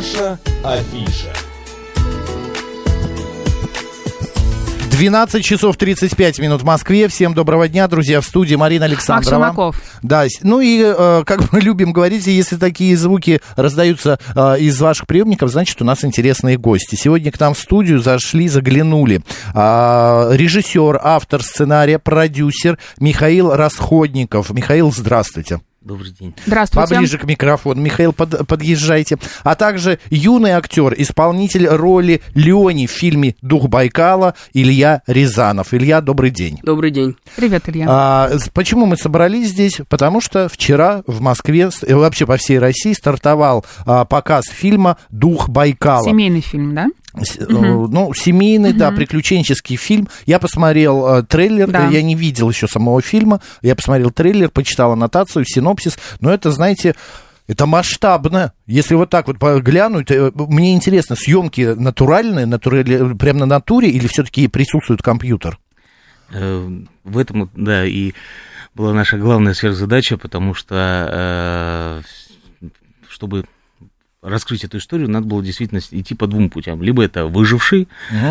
Наша афиша. 12 часов 35 минут в Москве. Всем доброго дня, друзья, в студии Марина Александрова. Макс Шумаков. Да, ну и, как мы любим говорить, если такие звуки раздаются из ваших приемников, значит, у нас интересные гости. Сегодня к нам в студию заглянули режиссер, автор сценария, продюсер Михаил Расходников. Михаил, здравствуйте. Добрый день. Здравствуйте. Поближе к микрофону. Михаил, подъезжайте. А также юный актер, исполнитель роли Леони в фильме «Дух Байкала» Илья Рязанов. Илья, добрый день. Добрый день. Привет, Илья. Почему мы собрались здесь? Потому что вчера в Москве, вообще по всей России, стартовал показ фильма «Дух Байкала». Семейный фильм, да? Ну, семейный, да, приключенческий фильм. Я посмотрел трейлер, Да. Я не видел еще самого фильма. Я посмотрел трейлер, почитал аннотацию, синопсис. Но это, знаете, это масштабно. Если вот так вот глянуть, мне интересно, съемки натуральные, прям на натуре, или все-таки присутствует компьютер? В этом, да, и была наша главная сверхзадача, потому что, чтобы раскрыть эту историю, надо было действительно идти по двум путям. Либо это выживший,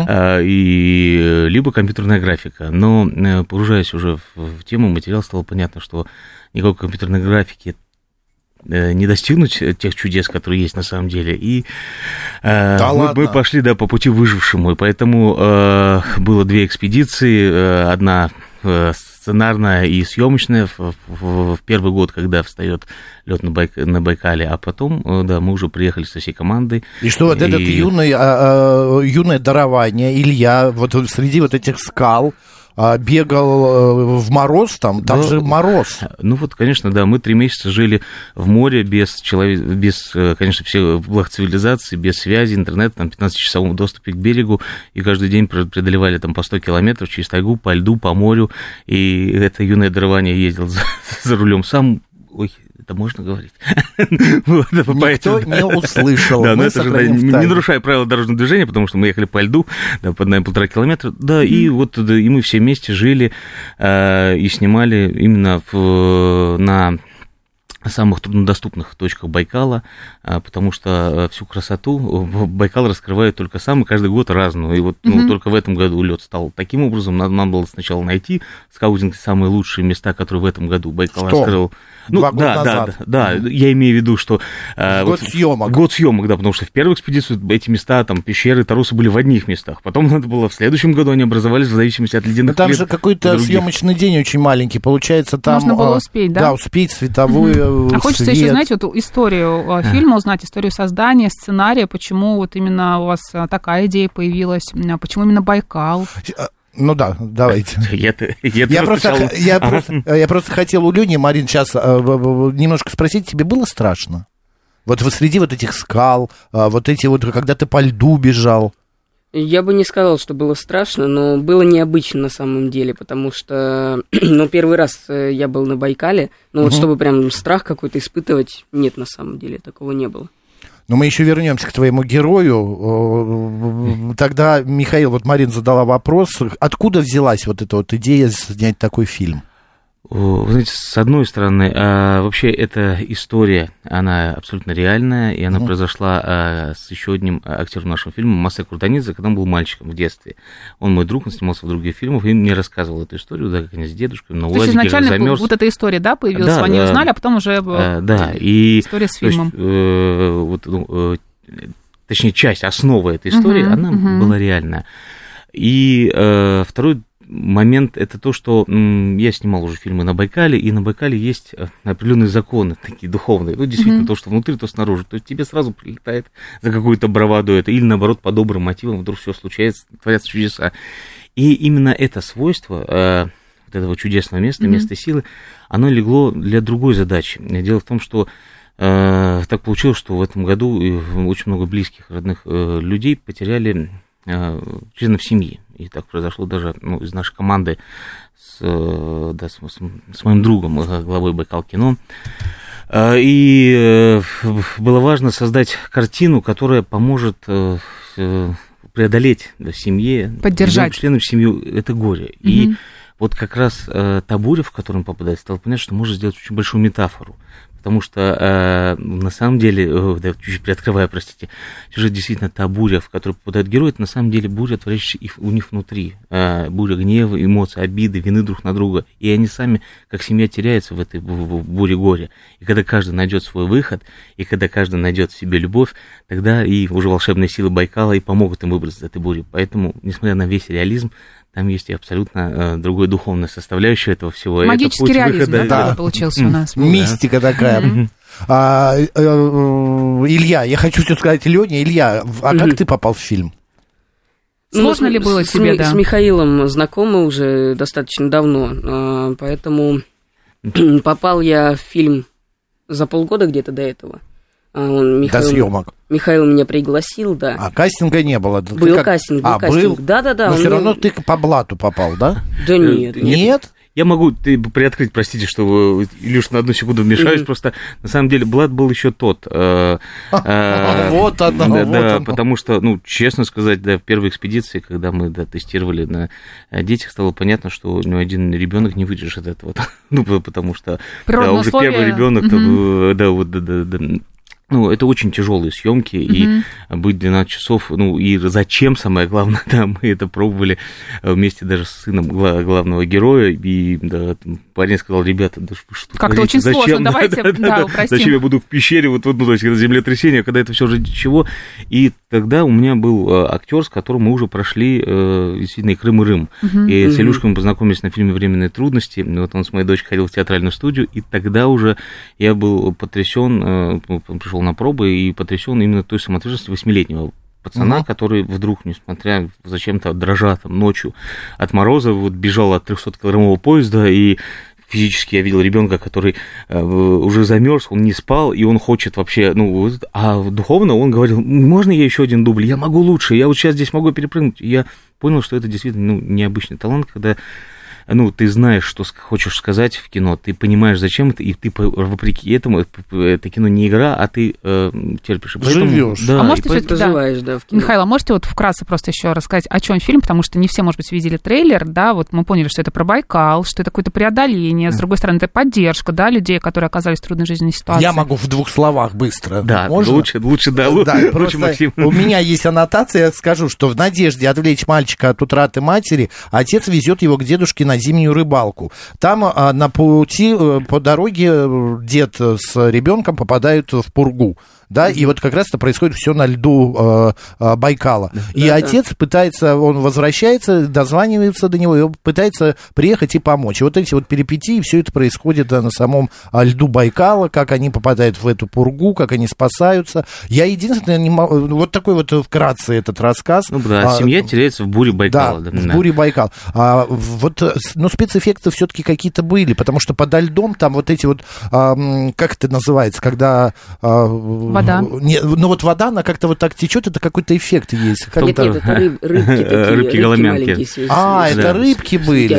либо компьютерная графика. Но, погружаясь уже в тему, материал, стало понятно, что никакой компьютерной графики не достигнуть тех чудес, которые есть на самом деле. И мы пошли, да, по пути выжившему. И поэтому было две экспедиции. Одна сценарная и съемочная в первый год, когда встает лед на Байкале, а потом, да, мы уже приехали со всей командой. И что вот это юное дарование, Илья, вот среди вот этих скал бегал в мороз, там же мороз. Ну вот, конечно, да, мы 3 месяца жили в море без, конечно, всех благ цивилизации, без связи, интернета, там 15-часовом доступе к берегу, и каждый день преодолевали там по 100 километров через тайгу, по льду, по морю, и это юное дарование ездил за рулем сам. Ой, это можно говорить? Никто не услышал. Да, но это же не нарушая правила дорожного движения, потому что мы ехали по льду, да, под нами 1,5 километра, да, и вот и мы все вместе жили и снимали именно на самых труднодоступных точках Байкала, потому что всю красоту Байкал раскрывает только сам, и каждый год разную. И вот только в этом году лед стал таким образом. Нам было сначала найти скаутинг самые лучшие места, которые в этом году Байкал раскрыл. 2 года назад. Да, я имею в виду, что... Год съемок. Год съемок, да, потому что в первую экспедицию эти места, там, пещеры, тарусы были в одних местах. Потом надо было в следующем году они образовались в зависимости от ледяных там же какой-то съемочный день очень маленький. Получается, там... Можно было успеть, да? Да, успеть световую, А хочется еще, знаете, вот историю фильма узнать, историю создания, сценария, почему вот именно у вас такая идея появилась, почему именно Байкал? Ну да, давайте. Я просто хотел у Лёни, Марин, сейчас немножко спросить, тебе было страшно? Вот среди вот этих скал, вот эти вот, когда ты по льду бежал. Я бы не сказал, что было страшно, но было необычно на самом деле, потому что, первый раз я был на Байкале, но вот чтобы прям страх какой-то испытывать, нет, на самом деле, такого не было. Но мы еще вернемся к твоему герою. Тогда, Михаил, вот Марина задала вопрос, откуда взялась вот эта вот идея снять такой фильм? Вы знаете, с одной стороны, вообще эта история, она абсолютно реальная, и она произошла с еще одним актером нашего фильма, Масе Куртанидзе, когда он был мальчиком в детстве. Он мой друг, он снимался в других фильмах, и мне рассказывал эту историю, да, как они с дедушкой на УАЗике замерз. То есть изначально вот эта история, да, появилась, да, они узнали, а потом уже история с фильмом. Точнее, часть, основа этой истории, она была реальная. И второй момент — это то, что я снимал уже фильмы на Байкале, и на Байкале есть определенные законы, такие духовные. Ну, действительно, то, что внутри, то снаружи. То есть тебе сразу прилетает за какую-то браваду это, или, наоборот, по добрым мотивам вдруг все случается, творятся чудеса. И именно это свойство вот этого чудесного места, места силы, оно легло для другой задачи. Дело в том, что так получилось, что в этом году очень много близких, родных людей потеряли членов семьи. И так произошло даже из нашей команды с моим другом, главой Байкал Кино. И было важно создать картину, которая поможет преодолеть семье, поддержать членам семью это горе. И вот как раз та буря, в которую он попадает, стало понятно, что можно сделать очень большую метафору. потому что на самом деле, чуть-чуть приоткрываю, простите, сюжет действительно та буря, в которую попадают герои, это на самом деле буря, творящаяся у них внутри, буря гнева, эмоций, обиды, вины друг на друга, и они сами, как семья, теряются в этой буре горя. И когда каждый найдет свой выход, и когда каждый найдет в себе любовь, тогда и уже волшебные силы Байкала и помогут им выбраться из этой бури. Поэтому, несмотря на весь реализм, там есть и абсолютно другой духовная составляющая этого всего. Магический реализм, да, получился у нас. Мистика такая. Илья, я хочу все сказать Лене. Илья, а как ты попал в фильм? Сложно ли было тебе, да? С Михаилом знакомы уже достаточно давно, поэтому попал я в фильм за полгода где-то до этого. До съемок. Михаил меня пригласил, да. А кастинга не было? Был кастинг. Был? Да. Но все равно ты по блату попал, да? Да нет. Нет? Я могу приоткрыть, простите, что, Илюш, на одну секунду вмешаюсь, просто на самом деле Блад был еще тот. Вот оно. Да, потому что, честно сказать, да, в первой экспедиции, когда мы тестировали на детях, стало понятно, что ни один ребенок не выдержит этого. Потому что уже первый ребенок, это очень тяжелые съемки, и быть 12 часов, и зачем, самое главное, да, мы это пробовали вместе даже с сыном главного героя, и парень сказал: ребята, да что как-то очень зачем? Сложно, давайте, упростим. Зачем я буду в пещере, то есть когда землетрясение, когда это все уже чего, и тогда у меня был актер, с которым мы уже прошли действительно и Крым, и Рым, и с Илюшкой мы познакомились на фильме «Временные трудности», вот он с моей дочкой ходил в театральную студию, и тогда уже я был потрясен, пришел на пробы и потрясен именно той самоотверженностью 8-летнего пацана, который вдруг, несмотря зачем-то дрожа ночью от мороза, бежал от 300-килограммового поезда, и физически я видел ребенка, который уже замерз, он не спал, и он хочет вообще, а духовно он говорил: можно я еще один дубль, я могу лучше, я вот сейчас здесь могу перепрыгнуть. И я понял, что это действительно необычный талант, когда ты знаешь, что хочешь сказать в кино, ты понимаешь, зачем это, и ты вопреки этому, это кино не игра, а ты терпишь. Живешь. Да, можете все-таки, проживаешь, да, в кино. Михаил, а можете вкратце просто еще рассказать, о чем фильм, потому что не все, может быть, видели трейлер, да, вот мы поняли, что это про Байкал, что это какое-то преодоление, с другой стороны, это поддержка, да, людей, которые оказались в трудной жизненной ситуации. Я могу в 2 словах быстро. Да, можно? лучше, Максим. У меня есть аннотация, я скажу, что в надежде отвлечь мальчика от утраты матери, отец везет его к дедушке на зимнюю рыбалку. Там на пути, по дороге дед с ребенком попадают в пургу. Да, и вот как раз это происходит все на льду Байкала. И отец пытается, он возвращается, дозванивается до него, и пытается приехать и помочь. И вот эти вот перипетии, все это происходит на самом льду Байкала, как они попадают в эту пургу, как они спасаются. Я единственное не могу... Вот такой вот вкратце этот рассказ. Семья теряется в буре Байкала. Да, в буре Байкала. Спецэффекты все-таки какие-то были, потому что подо льдом там вот эти вот... как это называется, когда... Вода. Вода, она как-то вот так течет, это какой-то эффект есть. Нет, это рыбки-голомянки. Это рыбки были.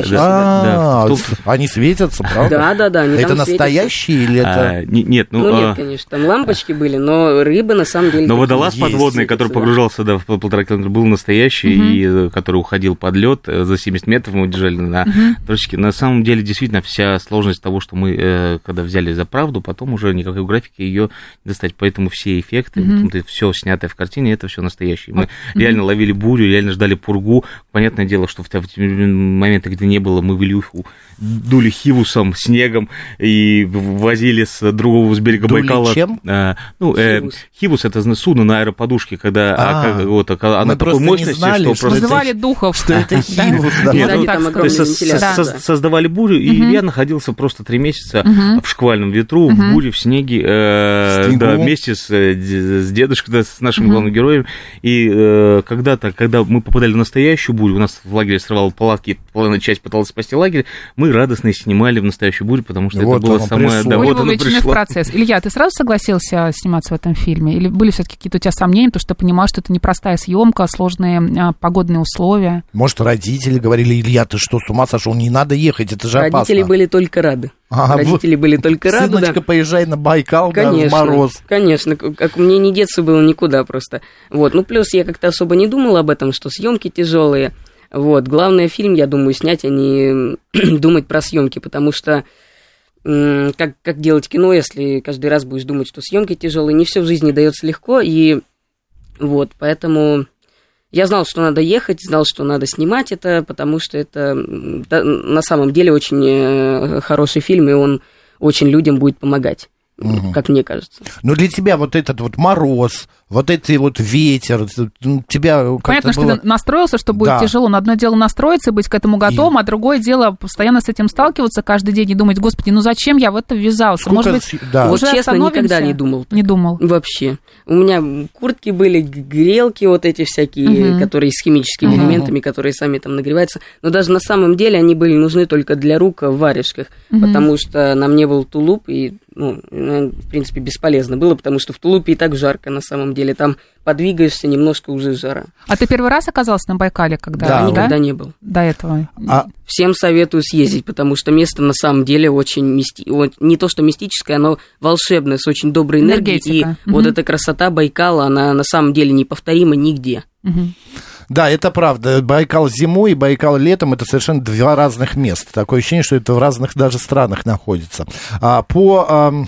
Они светятся, правда? Да. Это настоящие или это... Нет, нет, конечно, там лампочки были, но рыбы на самом деле... Но водолаз подводный, который погружался в 1,5 километра, был настоящий, и который уходил под лед, за 70 метров мы держали на точке. На самом деле, действительно, вся сложность того, что мы, когда взяли за правду, потом уже никакой графики ее не достать. Поэтому все эффекты, все снятое в картине, это все настоящее. Мы реально ловили бурю, реально ждали пургу. Понятное дело, что в те моменты, где не было, мы в Илюху дули хивусом, снегом и возили с другого с берега Байкала. Чем? Хивус — это судно на аэроподушке, когда она такой мощности, что просто... Вызывали духов. Что это хивус. Создавали бурю, и я находился просто 3 месяца в шквальном ветру, в буре, в снеге, вместе с дедушкой, с нашим главным героем. И когда-то, когда мы попадали в настоящую бурю, у нас в лагере срывало палатки, половина часть пыталась спасти лагерь, мы радостно снимали в настоящую бурю, потому что это было самое... Вот оно пришло. В процесс. Илья, ты сразу согласился сниматься в этом фильме? Или были все-таки какие-то у тебя сомнения, потому что ты понимал, что это непростая съемка, сложные погодные условия? Может, родители говорили: Илья, ты что, с ума сошел? Не надо ехать, это же опасно. Родители были только рады. Родители были только рады. Сыночка, поезжай на Байкал, в мороз. Конечно, как мне не деться было никуда просто. Плюс я как-то особо не думал об этом, что съемки тяжелые. Главное фильм, я думаю, снять, а не думать про съемки, потому что как делать кино, если каждый раз будешь думать, что съемки тяжелые, не все в жизни дается легко, и вот, поэтому я знал, что надо ехать, знал, что надо снимать это, потому что это на самом деле очень хороший фильм, и он очень людям будет помогать. Как мне кажется. Но для тебя вот этот вот мороз, вот этот вот ветер, тебя как-то понятно, было... что ты настроился, что будет тяжело, но одно дело настроиться и быть к этому готовым, а другое дело постоянно с этим сталкиваться каждый день и думать, господи, ну зачем я в это ввязался? Сколько... Может быть, да. Вот честно, никогда не думал. Не думал. Вообще. У меня куртки были, грелки вот эти всякие, которые с химическими элементами, которые сами там нагреваются. Но даже на самом деле они были нужны только для рук в варежках, потому что на мне был тулуп, и, в принципе, бесполезно было, потому что в тулупе и так жарко на самом деле. Там подвигаешься, немножко уже жара. А ты первый раз оказался на Байкале, когда? Да, никогда не был. До этого? Всем советую съездить, потому что место на самом деле очень не то что мистическое, оно волшебное, с очень доброй энергией. И вот эта красота Байкала, она на самом деле неповторима нигде. Да, это правда. Байкал зимой и Байкал летом — это совершенно два разных места. Такое ощущение, что это в разных даже странах находится. По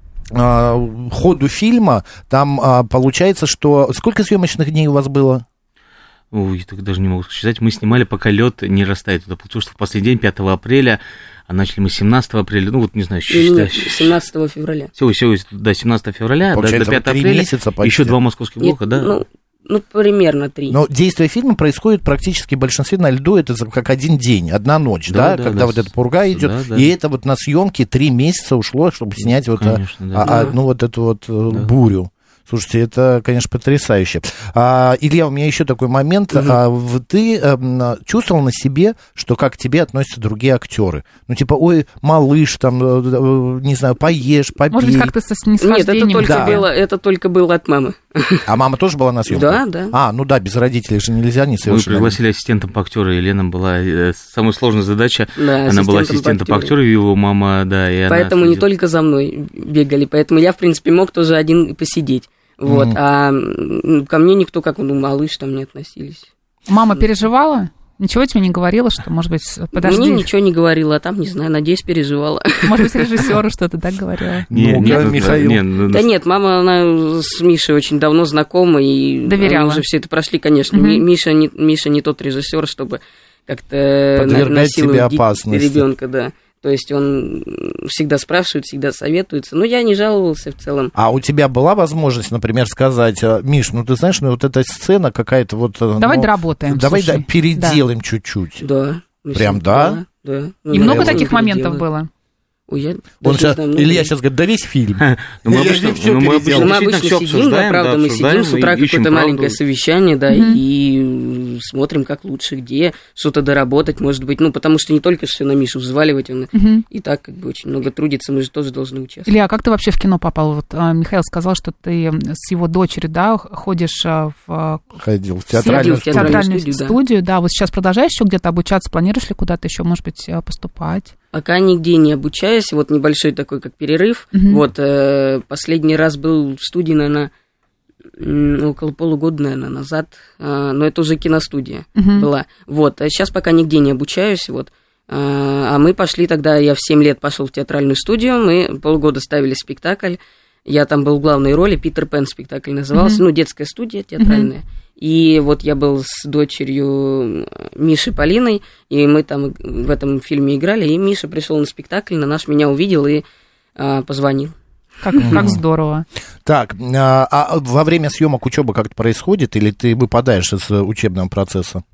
ходу фильма там получается, что... Сколько съемочных дней у вас было? Ой, я так даже не могу сказать. Мы снимали, пока лед не растает. Это получилось, что в последний день, 5 апреля, а начали мы 17 апреля, ну вот не знаю, 17 февраля. Всего, да, 17 февраля, получается, до 5 апреля, еще 2 московских блока, да? Ну, примерно 3. Но действие фильма происходит практически в большинстве на льду, это как один день, одна ночь, да, когда вот эта пурга идет, и это вот на съемки 3 месяца ушло, чтобы снять вот одну вот эту вот бурю. Слушайте, это, конечно, потрясающе. Илья, у меня еще такой момент. Ты чувствовал на себе, что как к тебе относятся другие актеры? Ну, типа, ой, малыш, там, не знаю, поешь, попей. Может быть, как-то со снисхождением. Нет, это только было от мамы. А мама тоже была на съемках? Да. Ну да, без родителей же нельзя, не совершенно. Мы пригласили ассистентом по актеру, и Елена была самая сложная задача. Да, она была ассистентом по актеру, его мама, да. И поэтому не только за мной бегали, поэтому я, в принципе, мог тоже один посидеть. Вот, а ко мне никто, как малыш, там не относились. Мама переживала? Ничего тебе не говорила, что, может быть, подожди? Мне ничего не говорила, а там, не знаю, надеюсь, переживала. Может быть, режиссеру что-то так говорила? Нет, Михаил. Да нет, мама, она с Мишей очень давно знакома, и доверяла. Они уже все это прошли, конечно. Миша не тот режиссер, чтобы как-то насиловать ребенка, да. То есть он всегда спрашивает, всегда советуется. Но я не жаловался в целом. А у тебя была возможность, например, сказать: Миш, ну ты знаешь, ну вот эта сцена какая-то вот... Давай доработаем. Давай переделаем чуть-чуть. Да. Прям, да? Да. И много таких моментов было? Илья сейчас говорит, да весь фильм. Мы обычно сидим, да, правда, мы сидим с утра, какое-то маленькое совещание, да, и смотрим, как лучше, где что-то доработать, может быть, потому что не только все на Мишу взваливать, он и так как бы очень много трудится, мы же тоже должны участвовать. Илья, а как ты вообще в кино попал? Вот Михаил сказал, что ты с его дочерью, да, ходишь ходил в театральную студию, да, вот сейчас продолжаешь еще где-то обучаться, планируешь ли куда-то еще, может быть, поступать? Пока нигде не обучаюсь, вот небольшой такой, как перерыв. Вот последний раз был в студии, наверное, около полугода, наверное, назад, но это уже киностудия была. Вот, а сейчас пока нигде не обучаюсь, вот. А мы пошли тогда, я в 7 лет пошел в театральную студию, мы полгода ставили спектакль. Я там был в главной роли, Питер Пен спектакль назывался, детская студия театральная. И вот я был с дочерью Миши Полиной, и мы там в этом фильме играли, и Миша пришел на спектакль, меня увидел и позвонил. Как здорово. Так, а во время съемок учеба как-то происходит, или ты выпадаешь из учебного процесса?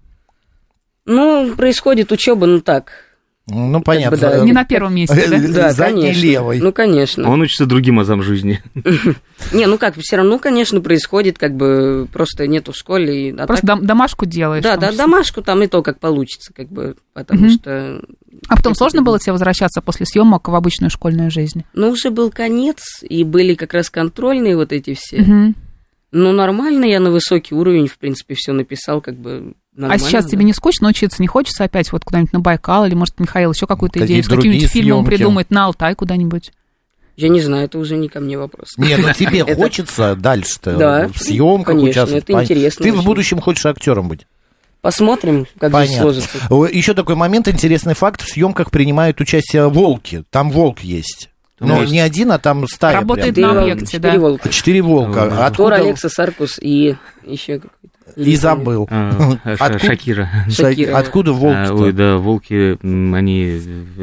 Происходит учеба, так. Понятно. Да. Не на первом месте, да? Да, задний конечно. Левый. Конечно. Он учится другим азам жизни. Все равно, конечно, происходит, как бы просто нету в школе. Просто домашку делаешь. Да, домашку там и то, как получится, как бы, потому что... А потом сложно было тебе возвращаться после съемок в обычную школьную жизнь? Уже был конец, и были как раз контрольные вот эти все. Нормально, я на высокий уровень, в принципе, все написал, как бы... Нормально, сейчас тебе не скучно учиться, не хочется опять вот куда-нибудь на Байкал, или, может, Михаил еще какую-то идею, каким-нибудь фильмом придумать, на Алтай куда-нибудь? Я не знаю, это уже не ко мне вопрос. Нет, тебе хочется дальше-то в съемках участвовать? Конечно, это интересно. Ты в будущем хочешь актером быть? Посмотрим, как здесь сложится. Еще такой момент, интересный факт. В съемках принимают участие волки. Там волк есть. Но не один, а там стая. Работает на объекте, да. 4 волка. Тор, Алекса, Саркус и еще какой-то. И забыл. Шакира. Откуда волки? Ой, да, волки, они...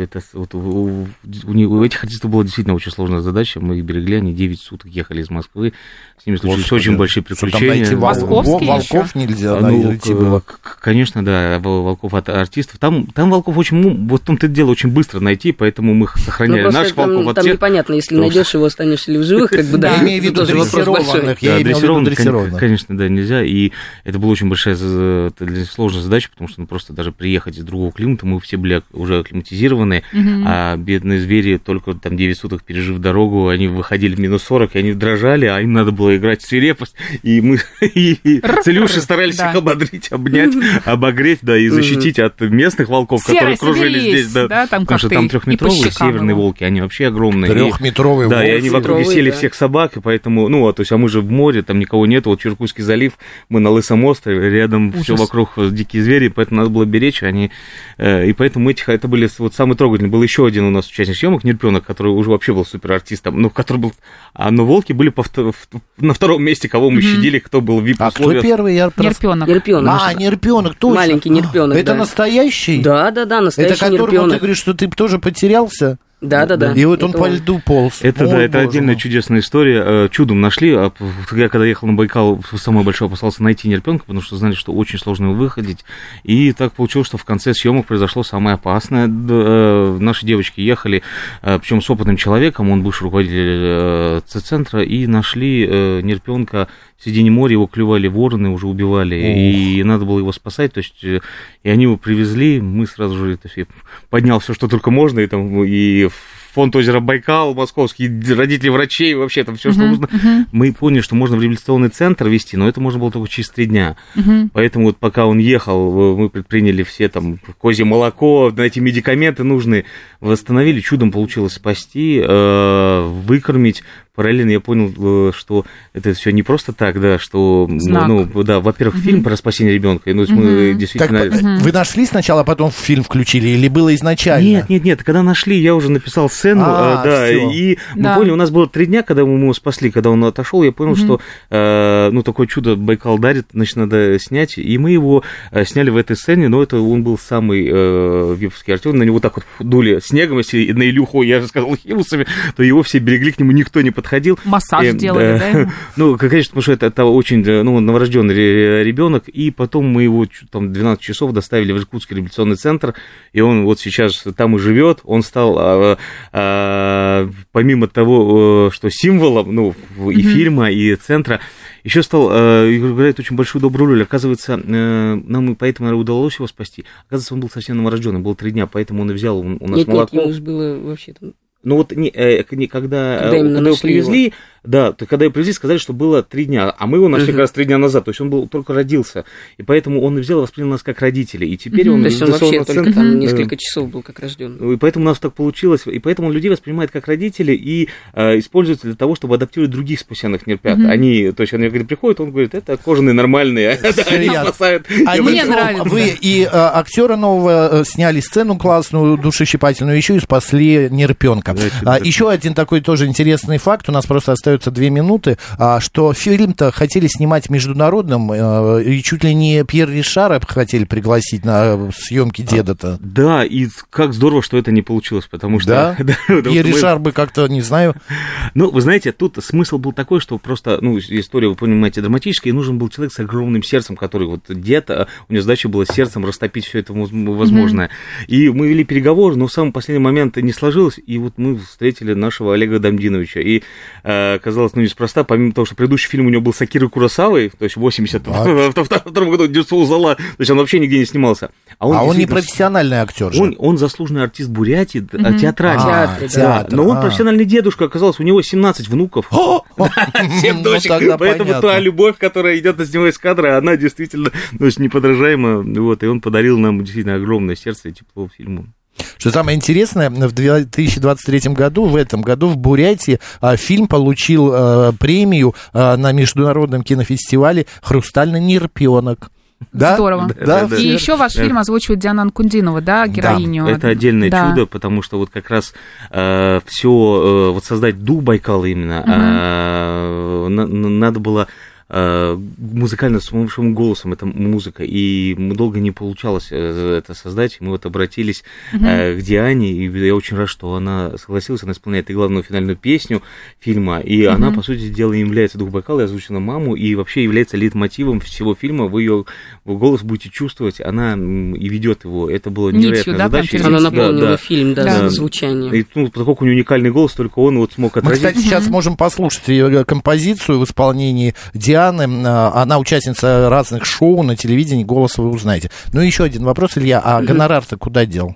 У этих артистов была действительно очень сложная задача. Мы их берегли, они 9 суток ехали из Москвы. С ними случились очень большие приключения. Волков нельзя найти было. Конечно, да, волков от артистов. Там волков очень... Вот в том-то и дело, очень быстро найти, поэтому мы сохраняли наших волков от всех. Там непонятно, если найдешь его, останешься ли в живых, как бы, да. Я имею в виду дрессированных. Конечно, да, нельзя. И это была очень большая сложная задача, потому что просто даже приехать из другого климата, мы все были уже акклиматизированы, а бедные звери, только там 9 суток пережив дорогу, они выходили в минус 40, и они дрожали, а им надо было играть в свирепость, и мы с Илюшей старались их ободрить, обнять, обогреть, да, и защитить от местных волков, которые кружили здесь, да, потому что там 3-метровые северные волки, они вообще огромные. 3-метровые волки. Да, и они вокруг висели всех собак, и поэтому, то есть, а мы же в море, там никого нет, вот Чуркуйский залив, мы на Лысом острове, рядом все вокруг дикие звери, поэтому надо было беречь, и поэтому это были вот самые трогательные. Был еще один у нас участник съемок, Нерпёнок, который уже вообще был суперартистом, который был, но волки были на втором месте, кого мы щадили, кто был в VIP-условиях. А кто первый? Нерпёнок. Нерпёнок, точно. Маленький Нерпёнок, это настоящий? Да, настоящий Нерпёнок. Это которому ты говоришь, что ты тоже потерялся? Да. И вот он по льду полз. Это отдельная чудесная история. Чудом нашли. Я когда ехал на Байкал, самое большое опасался найти Нерпёнка, потому что знали, что очень сложно его выходить. И так получилось, что в конце съемок произошло самое опасное. Наши девочки ехали, причем с опытным человеком, он бывший руководитель центра, и нашли Нерпёнка в середине моря, его клювали вороны, уже убивали, и надо было его спасать, то есть, и они его привезли, мы сразу же поднял все, что только можно, и фонд озера Байкал, московские родители врачей, вообще там все, что нужно. Мы поняли, что можно в реабилитационный центр везти, но это можно было только через 3 дня. Поэтому вот пока он ехал, мы предприняли все там козье молоко, эти медикаменты нужные, восстановили, чудом получилось спасти, выкормить. Параллельно я понял, что это все не просто так, да, что, во-первых, фильм про спасение ребенка, мы действительно... Вы нашли сначала, а потом фильм включили, или было изначально? Нет, когда нашли, я уже написал сцену, и мы поняли, у нас было 3 дня, когда мы его спасли, когда он отошел, я понял, что, такое чудо Байкал дарит, значит, надо снять, и мы его сняли в этой сцене, но это он был самый виповский актер, на него так вот дули снегом, если на Илюху, я же сказал, химусами, то его все берегли, к нему никто не подходил. Массаж делали, да? Конечно, потому что это очень новорожденный ребенок, и потом мы его там 12 часов доставили в Иркутский реабилитационный центр, и он вот сейчас там и живет, он стал, помимо того, что символом, и фильма, и центра, еще стал играть очень большую добрую роль. Оказывается, нам поэтому, наверное, удалось его спасти. Оказывается, он был совсем новорожденный, было 3 дня, поэтому он и взял у нас молоко. Нет, ему же было вообще там... Когда его привезли, когда его привезли, сказали, что было 3 дня, а мы его нашли как раз 3 дня назад, то есть он только родился, и поэтому он и взял и воспринял нас как родителей, и теперь он... То есть он вообще только там несколько часов был как рожденный. И поэтому у нас так получилось, и поэтому он людей воспринимает как родителей и использует для того, чтобы адаптировать других спасенных нерпят. Они говорят, приходят, он говорит, это кожаные нормальные, они спасают. Мне нравится. Вы и актера нового сняли сцену классную, душещипательную, еще и спасли нерпёнка. Еще один такой тоже интересный факт, у нас просто остается 2 минуты, что фильм-то хотели снимать международным, и чуть ли не Пьер Ришара хотели пригласить на съемки «Деда»-то. Да, и как здорово, что это не получилось, потому что... Да? Пьер Ришар бы как-то, не знаю... Вы знаете, тут смысл был такой, что просто, история, вы понимаете, драматическая, и нужен был человек с огромным сердцем, который вот дед, у него задача была сердцем растопить все это возможное. И мы вели переговоры, но в самый последний момент не сложилось, и вот мы встретили нашего Олега Дамдиновича, и оказалось, неспроста, помимо того, что предыдущий фильм у него был с Акирой Куросавой, то есть в 82 году «Дюсул Зала», то есть он вообще нигде не снимался. Он не профессиональный актер же. Он заслуженный артист Бурятии, театральный. Но он профессиональный дедушка, оказалось, у него 17 внуков, 7 дочек, поэтому та любовь, которая идет от него из кадра, она действительно неподражаема, и он подарил нам действительно огромное сердце и тепло фильму. Что самое интересное, в 2023 году, в этом году в Бурятии фильм получил премию на международном кинофестивале «Хрустальный нерпёнок». Да? Здорово. Да, и еще ваш фильм озвучивает Диана Анкудинова, да, героиню. Да, это отдельное чудо, потому что вот как раз все, вот создать дух Байкала именно, надо было музыкально с большим голосом, это музыка, и долго не получалось это создать, мы вот обратились к Диане, и я очень рад, что она согласилась, она исполняет и главную финальную песню фильма, и она, по сути дела, является дух Байкала, я озвучила маму, и вообще является лейтмотивом всего фильма, вы ее голос будете чувствовать, она и ведет его, это было невероятная задача. Она наполнила фильм, звучанием. И поскольку у нее уникальный голос, только он вот смог отразить. Мы, кстати, сейчас можем послушать ее композицию в исполнении Дианы. Она участница разных шоу на телевидении, голос вы узнаете. Ну и еще один вопрос, Илья, а гонорар-то куда дел?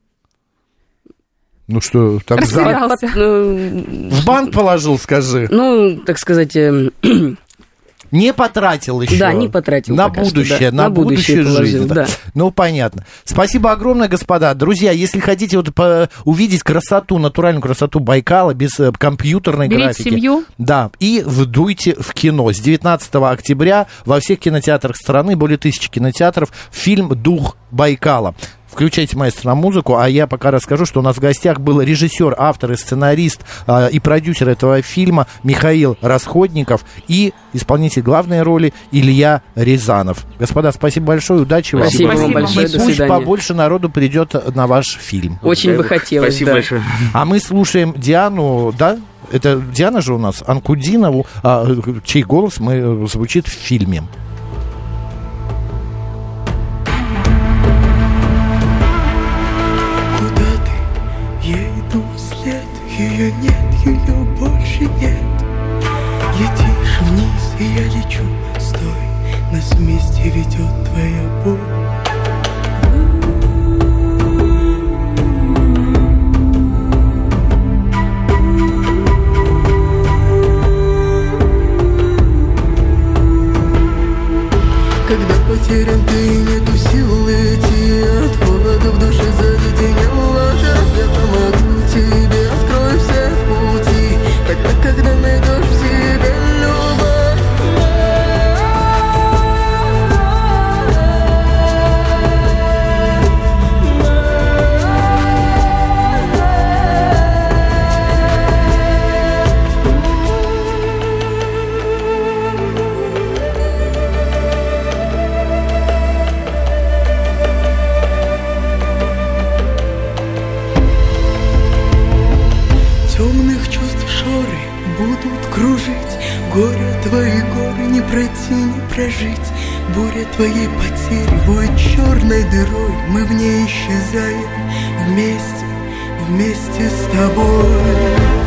Ну что, так в банк положил, скажи. Ну, так сказать... Не потратил еще. Да, не потратил. На будущее, на будущую жизнь. Да. Ну, понятно. Спасибо огромное, господа. Друзья, если хотите вот увидеть красоту, натуральную красоту Байкала без компьютерной графики. Берите семью. Да, и вдуйте в кино. С 19 октября во всех кинотеатрах страны, более 1000 кинотеатров, фильм «Дух Байкала». Включайте, маэстро, на музыку, а я пока расскажу, что у нас в гостях был режиссер, автор и сценарист и продюсер этого фильма Михаил Расходников и исполнитель главной роли Илья Рязанов. Господа, спасибо большое, удачи вам. Спасибо вам большое, до свидания. Пусть побольше народу придет на ваш фильм. Очень бы хотелось. Спасибо большое. А мы слушаем Диану, да? Это Диана же у нас, Анкудинову, чей голос звучит в фильме. Ее нет, ее больше нет. Летишь вниз, и я лечу. Стой, нас вместе ведет твоя боль. Когда потерян ты, нету сил идти. От холода в душе заледенело. Я помогу тебе, открою все пути. Тогда, когда найдешь в себе любовь. Темных чувств шоры будут кружить. Горе твои горы не пройти, не прожить. Буря твоей потери воет черной дырой. Мы в ней исчезаем вместе, вместе с тобой.